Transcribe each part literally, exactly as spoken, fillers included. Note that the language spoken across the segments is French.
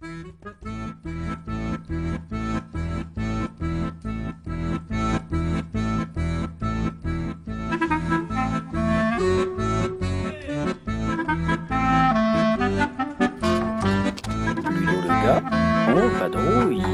Ludo le gars, en vadrouille.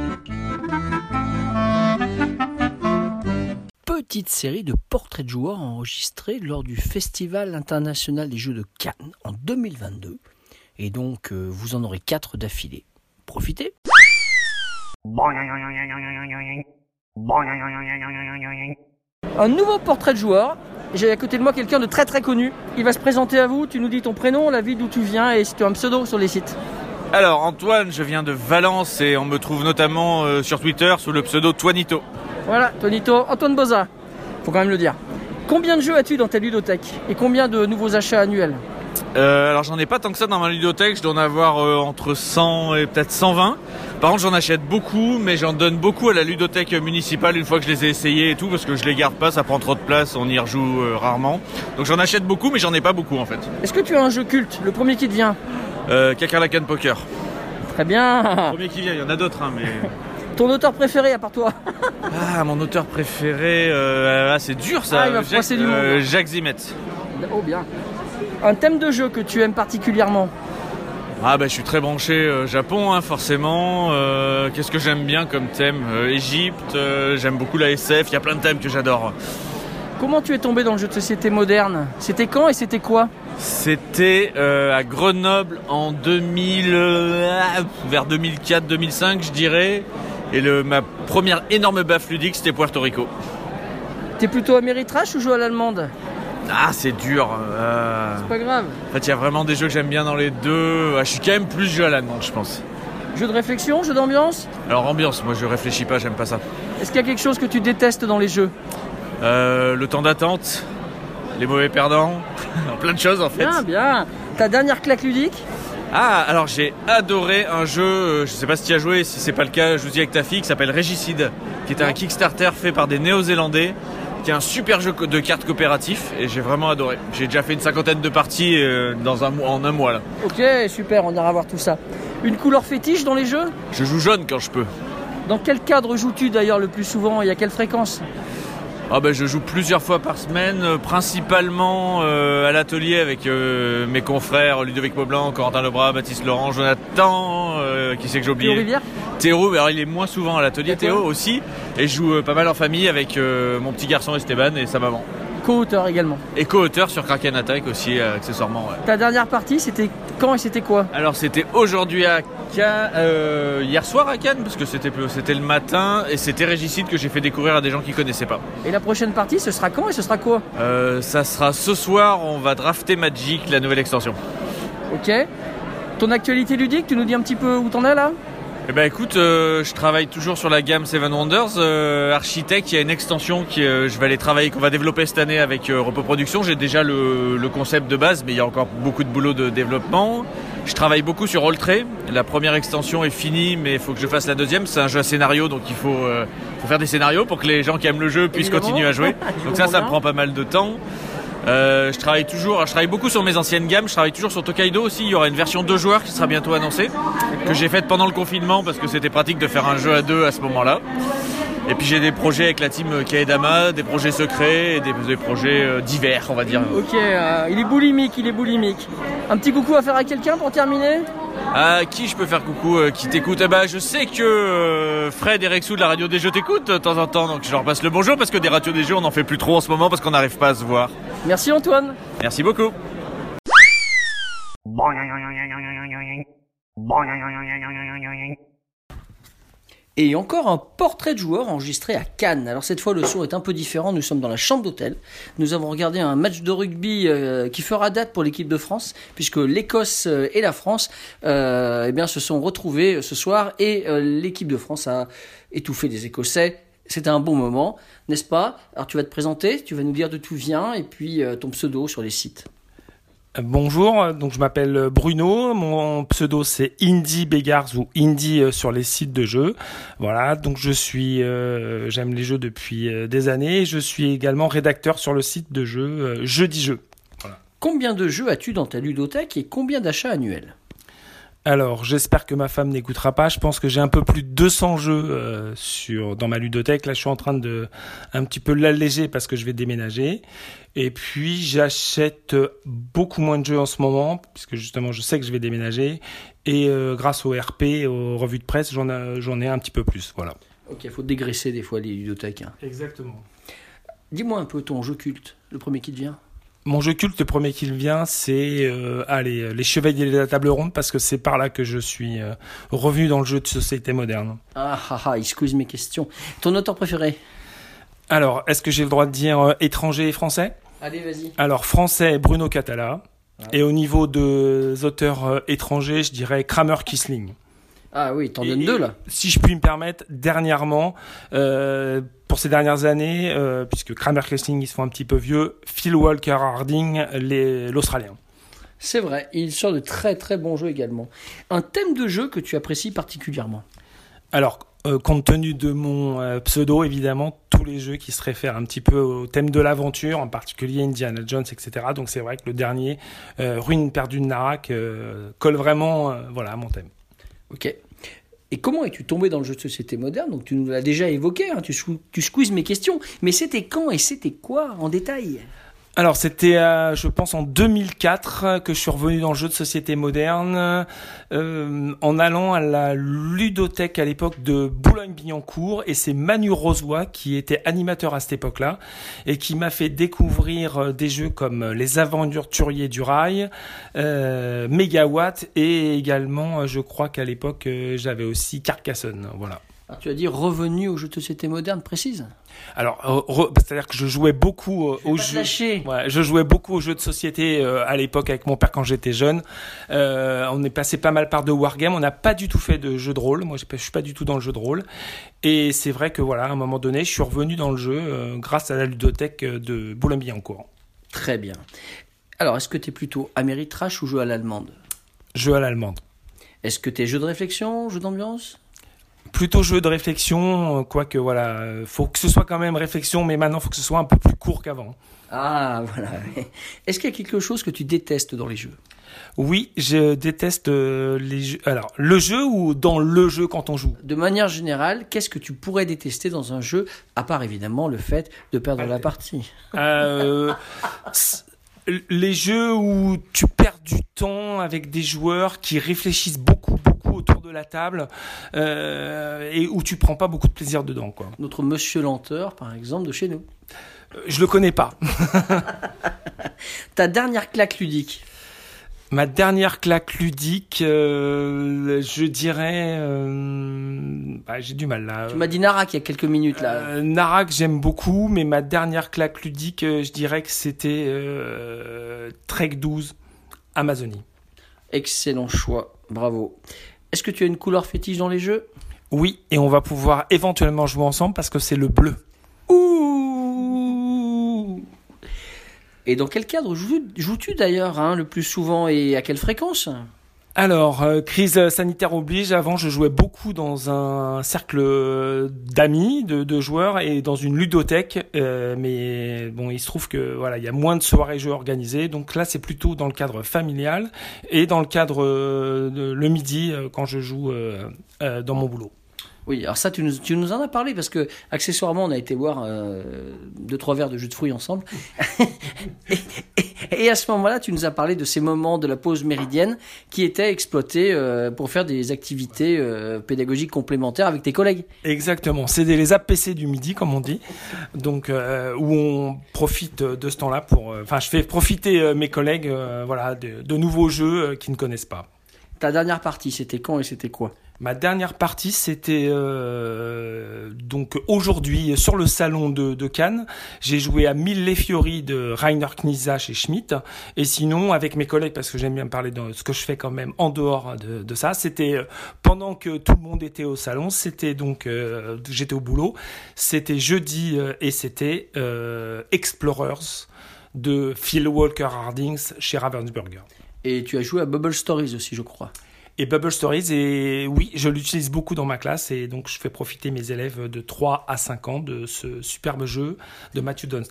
Petite série de portraits de joueurs enregistrés lors du Festival international des jeux de Cannes en deux mille vingt-deux. Et donc, euh, vous en aurez quatre d'affilée. Profitez. Un nouveau portrait de joueur. J'ai à côté de moi quelqu'un de très très connu. Il va se présenter à vous. Tu nous dis ton prénom, la ville d'où tu viens et si tu as un pseudo sur les sites. Alors Antoine, je viens de Valence et on me trouve notamment euh, sur Twitter sous le pseudo Toinito. Voilà, Tonito, Antoine Boza. Faut quand même le dire. Combien de jeux as-tu dans ta ludothèque et combien de nouveaux achats annuels? euh, Alors j'en ai pas tant que ça dans ma ludothèque, je dois en avoir euh, entre cent et peut-être cent vingt. Par contre j'en achète beaucoup, mais j'en donne beaucoup à la ludothèque municipale une fois que je les ai essayés et tout, parce que je les garde pas, ça prend trop de place, on y rejoue euh, rarement. Donc j'en achète beaucoup, mais j'en ai pas beaucoup en fait. Est-ce que tu as un jeu culte, le premier qui te vient? euh, Kakerlakan Poker. Très bien. Le premier qui vient, il y en a d'autres hein, mais... Ton auteur préféré à part toi? Ah, mon auteur préféré, euh, ah, c'est dur ça. Ah, il va Jacques, froisser du monde. euh, Jacques Zimet. Oh bien. Un thème de jeu que tu aimes particulièrement? Ah bah je suis très branché euh, Japon hein, forcément. Euh, qu'est-ce que j'aime bien comme thème? euh, Égypte, euh, j'aime beaucoup la S F, il y a plein de thèmes que j'adore. Comment tu es tombé dans le jeu de société moderne? C'était quand et c'était quoi? C'était euh, à Grenoble en deux mille, euh, vers deux mille quatre deux mille cinq je dirais. Et le, ma première énorme baffe ludique c'était Puerto Rico. T'es plutôt Ameritrash ou jeu à l'allemande? Ah c'est dur. Euh... C'est pas grave. En fait il y a vraiment des jeux que j'aime bien dans les deux. Ah, je suis quand même plus jeu à l'allemande je pense. Jeu de réflexion, jeu d'ambiance? Alors ambiance, moi je réfléchis pas, j'aime pas ça. Est-ce qu'il y a quelque chose que tu détestes dans les jeux? euh, Le temps d'attente, les mauvais perdants, plein de choses en fait. Bien, bien. Ta dernière claque ludique? Ah, alors j'ai adoré un jeu, euh, je sais pas si tu y as joué, si c'est pas le cas, je vous dis avec ta fille, qui s'appelle Régicide, qui est un Kickstarter fait par des Néo-Zélandais, qui est un super jeu de cartes coopératif, et j'ai vraiment adoré. J'ai déjà fait une cinquantaine de parties euh, dans un mois, en un mois là. Ok, super, on ira voir tout ça. Une couleur fétiche dans les jeux? Je joue jaune quand je peux. Dans quel cadre joues-tu d'ailleurs le plus souvent et à quelle fréquence? Ah ben, je joue plusieurs fois par semaine, euh, principalement euh, à l'atelier avec euh, mes confrères Ludovic Maublanc, Corentin Lebras, Baptiste Laurent, Jonathan, euh, qui c'est que j'ai oublié? Théo Rivière? Théo, alors il est moins souvent à l'atelier, Théo aussi, et je joue euh, pas mal en famille avec euh, mon petit garçon Esteban et sa maman. Co-auteur également. Et co-auteur sur Kraken Attack aussi, euh, accessoirement. Ouais. Ta dernière partie, c'était quand et c'était quoi? Alors c'était aujourd'hui à Cannes, euh, hier soir à Cannes, parce que c'était, c'était le matin, et c'était Régicide que j'ai fait découvrir à des gens qui connaissaient pas. Et la prochaine partie, ce sera quand et ce sera quoi? euh, Ça sera ce soir, on va drafter Magic, la nouvelle extension. Ok. Ton actualité ludique, tu nous dis un petit peu où t'en es là? Eh ben écoute, euh, je travaille toujours sur la gamme Seven Wonders. Euh, Architect, il y a une extension qui euh, je vais aller travailler, qu'on va développer cette année avec euh, Repos Productions. J'ai déjà le, le concept de base, mais il y a encore beaucoup de boulot de développement. Je travaille beaucoup sur Rolltray. La première extension est finie, mais il faut que je fasse la deuxième. C'est un jeu à scénario, donc il faut, euh, faut faire des scénarios pour que les gens qui aiment le jeu puissent Évidemment. continuer à jouer. Donc ça, ça me prend pas mal de temps. Euh, je travaille toujours, je travaille beaucoup sur mes anciennes gammes, je travaille toujours sur Tokaido aussi, il y aura une version deux joueurs qui sera bientôt annoncée, que j'ai faite pendant le confinement parce que c'était pratique de faire un jeu à deux à ce moment-là. Et puis j'ai des projets avec la team Kaedama, des projets secrets et des, des projets euh, divers on va dire. Ok, euh, il est boulimique, il est boulimique. Un petit coucou à faire à quelqu'un pour terminer? À qui je peux faire coucou euh, qui t'écoute? Eh ben, je sais que euh, Fred et Rexou de la radio des jeux t'écoutent de temps en temps, donc je leur passe le bonjour parce que des radios des jeux on n'en fait plus trop en ce moment parce qu'on n'arrive pas à se voir. Merci Antoine. Merci beaucoup. Et encore un portrait de joueur enregistré à Cannes. Alors cette fois le son est un peu différent, nous sommes dans la chambre d'hôtel. Nous avons regardé un match de rugby euh, qui fera date pour l'équipe de France, puisque l'Écosse euh, et la France euh, eh bien, se sont retrouvés ce soir et euh, l'équipe de France a étouffé les Écossais. C'était un bon moment, n'est-ce pas? Alors tu vas te présenter, tu vas nous dire d'où tu viens et puis euh, ton pseudo sur les sites. Bonjour, donc je m'appelle Bruno, mon pseudo c'est Indie Beggars ou Indie sur les sites de jeux. Voilà, donc je suis, euh, j'aime les jeux depuis des années. Je suis également rédacteur sur le site de jeux euh, Jeudi Jeux. Voilà. Combien de jeux as-tu dans ta ludothèque et combien d'achats annuels? Alors, j'espère que ma femme n'écoutera pas. Je pense que j'ai un peu plus de deux cents jeux euh, sur dans ma ludothèque. Là, je suis en train de un petit peu l'alléger parce que je vais déménager. Et puis, j'achète beaucoup moins de jeux en ce moment puisque justement, je sais que je vais déménager. Et euh, grâce au R P, aux revues de presse, j'en ai, j'en ai un petit peu plus. Voilà. Ok, il faut dégraisser des fois les ludothèques. Hein. Exactement. Dis-moi un peu ton jeu culte, le premier qui te vient. Mon jeu culte, le premier qui me vient, c'est euh, allez, les Chevaliers de la Table Ronde, parce que c'est par là que je suis euh, revenu dans le jeu de société moderne. Ah ah ah, il squeeze mes questions. Ton auteur préféré? Alors, est-ce que j'ai le droit de dire euh, étranger et français? Allez, vas-y. Alors, français, Bruno Catala. Ouais. Et au niveau des auteurs euh, étrangers, je dirais Kramer Kissling. Ah oui, t'en donnes deux là. Si je puis me permettre, dernièrement, euh, pour ces dernières années, euh, puisque Kramer Kissling, ils se font un petit peu vieux, Phil Walker Harding, les, l'Australien. C'est vrai, il sort de très très bons jeux également. Un thème de jeu que tu apprécies particulièrement? Alors, euh, compte tenu de mon euh, pseudo, évidemment, tous les jeux qui se réfèrent un petit peu au thème de l'aventure, en particulier Indiana Jones, et cetera. Donc c'est vrai que le dernier, euh, Ruine perdue de Narak, euh, colle vraiment euh, voilà, à mon thème. Ok. Et comment es-tu tombé dans le jeu de société moderne? Donc tu nous l'as déjà évoqué, hein, tu, sou- tu squeezes mes questions. Mais c'était quand et c'était quoi en détail? Alors c'était, euh, je pense, en deux mille quatre que je suis revenu dans le jeu de société moderne, euh, en allant à la ludothèque à l'époque de Boulogne-Billancourt, et c'est Manu Rozoy qui était animateur à cette époque-là et qui m'a fait découvrir des jeux comme Les Aventuriers du Rail, euh, Megawatt, et également, je crois qu'à l'époque j'avais aussi Carcassonne. Voilà. Alors, tu as dit revenu au jeu de société moderne, précise? Alors, euh, re, c'est-à-dire que je jouais beaucoup euh, aux jeux. Ouais, je jouais beaucoup aux jeux de société euh, à l'époque avec mon père quand j'étais jeune. Euh, on est passé pas mal par de wargames. On n'a pas du tout fait de jeu de rôle. Moi, je suis pas du tout dans le jeu de rôle. Et c'est vrai que voilà, à un moment donné, je suis revenu dans le jeu euh, grâce à la ludothèque de Boulogne-Billancourt. Très bien. Alors, est-ce que tu es plutôt Ameritrash ou jeu à l'allemande? Jeu à l'allemande. Est-ce que tu es jeu de réflexion, jeu d'ambiance? Plutôt jeu de réflexion, quoique voilà, faut que ce soit quand même réflexion, mais maintenant il faut que ce soit un peu plus court qu'avant. Ah voilà. Est-ce qu'il y a quelque chose que tu détestes dans les jeux? Oui, je déteste les jeux. Alors, le jeu ou dans le jeu quand on joue? De manière générale, qu'est-ce que tu pourrais détester dans un jeu, à part évidemment le fait de perdre ah, la partie? euh, Les jeux où tu perds du temps avec des joueurs qui réfléchissent beaucoup, beaucoup autour de la table euh, et où tu prends pas beaucoup de plaisir dedans, quoi. Notre Monsieur Lenteur, par exemple, de chez nous. Euh, je le connais pas. Ta dernière claque ludique? Ma dernière claque ludique, euh, je dirais... Euh, bah, j'ai du mal là. Tu m'as dit Narak il y a quelques minutes là. Euh, Narak, j'aime beaucoup, mais ma dernière claque ludique, euh, je dirais que c'était euh, Trek douze, Amazonie. Excellent choix, bravo. Est-ce que tu as une couleur fétiche dans les jeux? Oui, et on va pouvoir éventuellement jouer ensemble parce que c'est le bleu. Ouh! Et dans quel cadre joues, joues-tu d'ailleurs hein, le plus souvent et à quelle fréquence? Alors, euh, crise sanitaire oblige, avant je jouais beaucoup dans un cercle d'amis, de, de joueurs et dans une ludothèque, euh, mais bon, il se trouve que voilà, il y a moins de soirées jeux organisées, donc là c'est plutôt dans le cadre familial et dans le cadre euh, de, le midi euh, quand je joue euh, euh, dans mon boulot. Oui, alors ça, tu nous, tu nous en as parlé parce que, accessoirement, on a été boire euh, deux, trois verres de jus de fruits ensemble. et, et, et à ce moment-là, tu nous as parlé de ces moments de la pause méridienne qui étaient exploités euh, pour faire des activités euh, pédagogiques complémentaires avec tes collègues. Exactement, c'est des, les A P C du midi, comme on dit, donc euh, où on profite de ce temps-là pour... Enfin, euh, je fais profiter euh, mes collègues euh, voilà, de, de nouveaux jeux euh, qu'ils ne connaissent pas. Ta dernière partie, c'était quand et c'était quoi ? Ma dernière partie, c'était euh, donc aujourd'hui sur le salon de, de Cannes. J'ai joué à Mille Fiori de Rainer Knizia et Schmitt. Et sinon, avec mes collègues, parce que j'aime bien parler de ce que je fais quand même en dehors de, de ça, c'était pendant que tout le monde était au salon, c'était donc euh, j'étais au boulot, c'était jeudi euh, et c'était euh, Explorers de Phil Walker Harding chez Ravensburger. Et tu as joué à Bubble Stories aussi, je crois. Et Bubble Stories, et oui, je l'utilise beaucoup dans ma classe et donc je fais profiter mes élèves de trois à cinq ans de ce superbe jeu de Matthew Dunstan.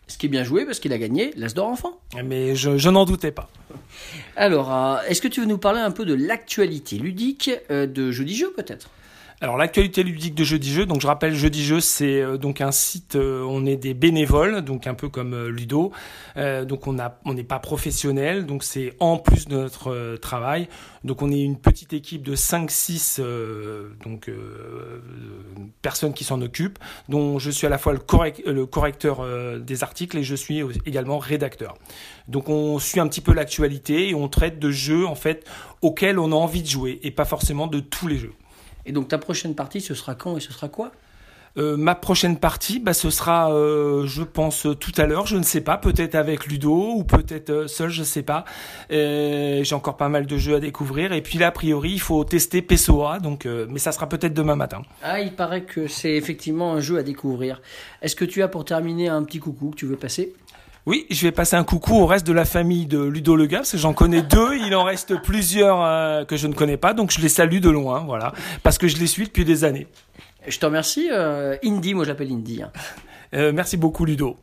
Ce qui est bien joué parce qu'il a gagné l'As d'or enfant. Mais je, je n'en doutais pas. Alors, euh, est-ce que tu veux nous parler un peu de l'actualité ludique euh, de Jeudi Jeu peut-être ? Alors l'actualité ludique de Jeudi Jeu, donc je rappelle Jeudi Jeu, c'est euh, donc un site, euh, on est des bénévoles, donc un peu comme euh, Ludo, euh, donc on a, on n'est pas professionnel, donc c'est en plus de notre euh, travail, donc on est une petite équipe de cinq six euh, donc euh, personnes qui s'en occupent, dont je suis à la fois le, correct, le correcteur euh, des articles et je suis également rédacteur. Donc on suit un petit peu l'actualité et on traite de jeux en fait auxquels on a envie de jouer et pas forcément de tous les jeux. Et donc ta prochaine partie, ce sera quand et ce sera quoi ? Euh, ma prochaine partie, bah, ce sera, euh, je pense, tout à l'heure, je ne sais pas, peut-être avec Ludo ou peut-être euh, seul, je ne sais pas. Euh, j'ai encore pas mal de jeux à découvrir. Et puis là, a priori, il faut tester Pessoa, donc, euh, mais ça sera peut-être demain matin. Ah, il paraît que c'est effectivement un jeu à découvrir. Est-ce que tu as pour terminer un petit coucou que tu veux passer ? Oui, je vais passer un coucou au reste de la famille de Ludo Le Gars, parce que j'en connais deux, il en reste plusieurs euh, que je ne connais pas, donc je les salue de loin, voilà, parce que je les suis depuis des années. Je te remercie, euh, Indy, moi j'appelle Indy. Hein. Euh, merci beaucoup Ludo.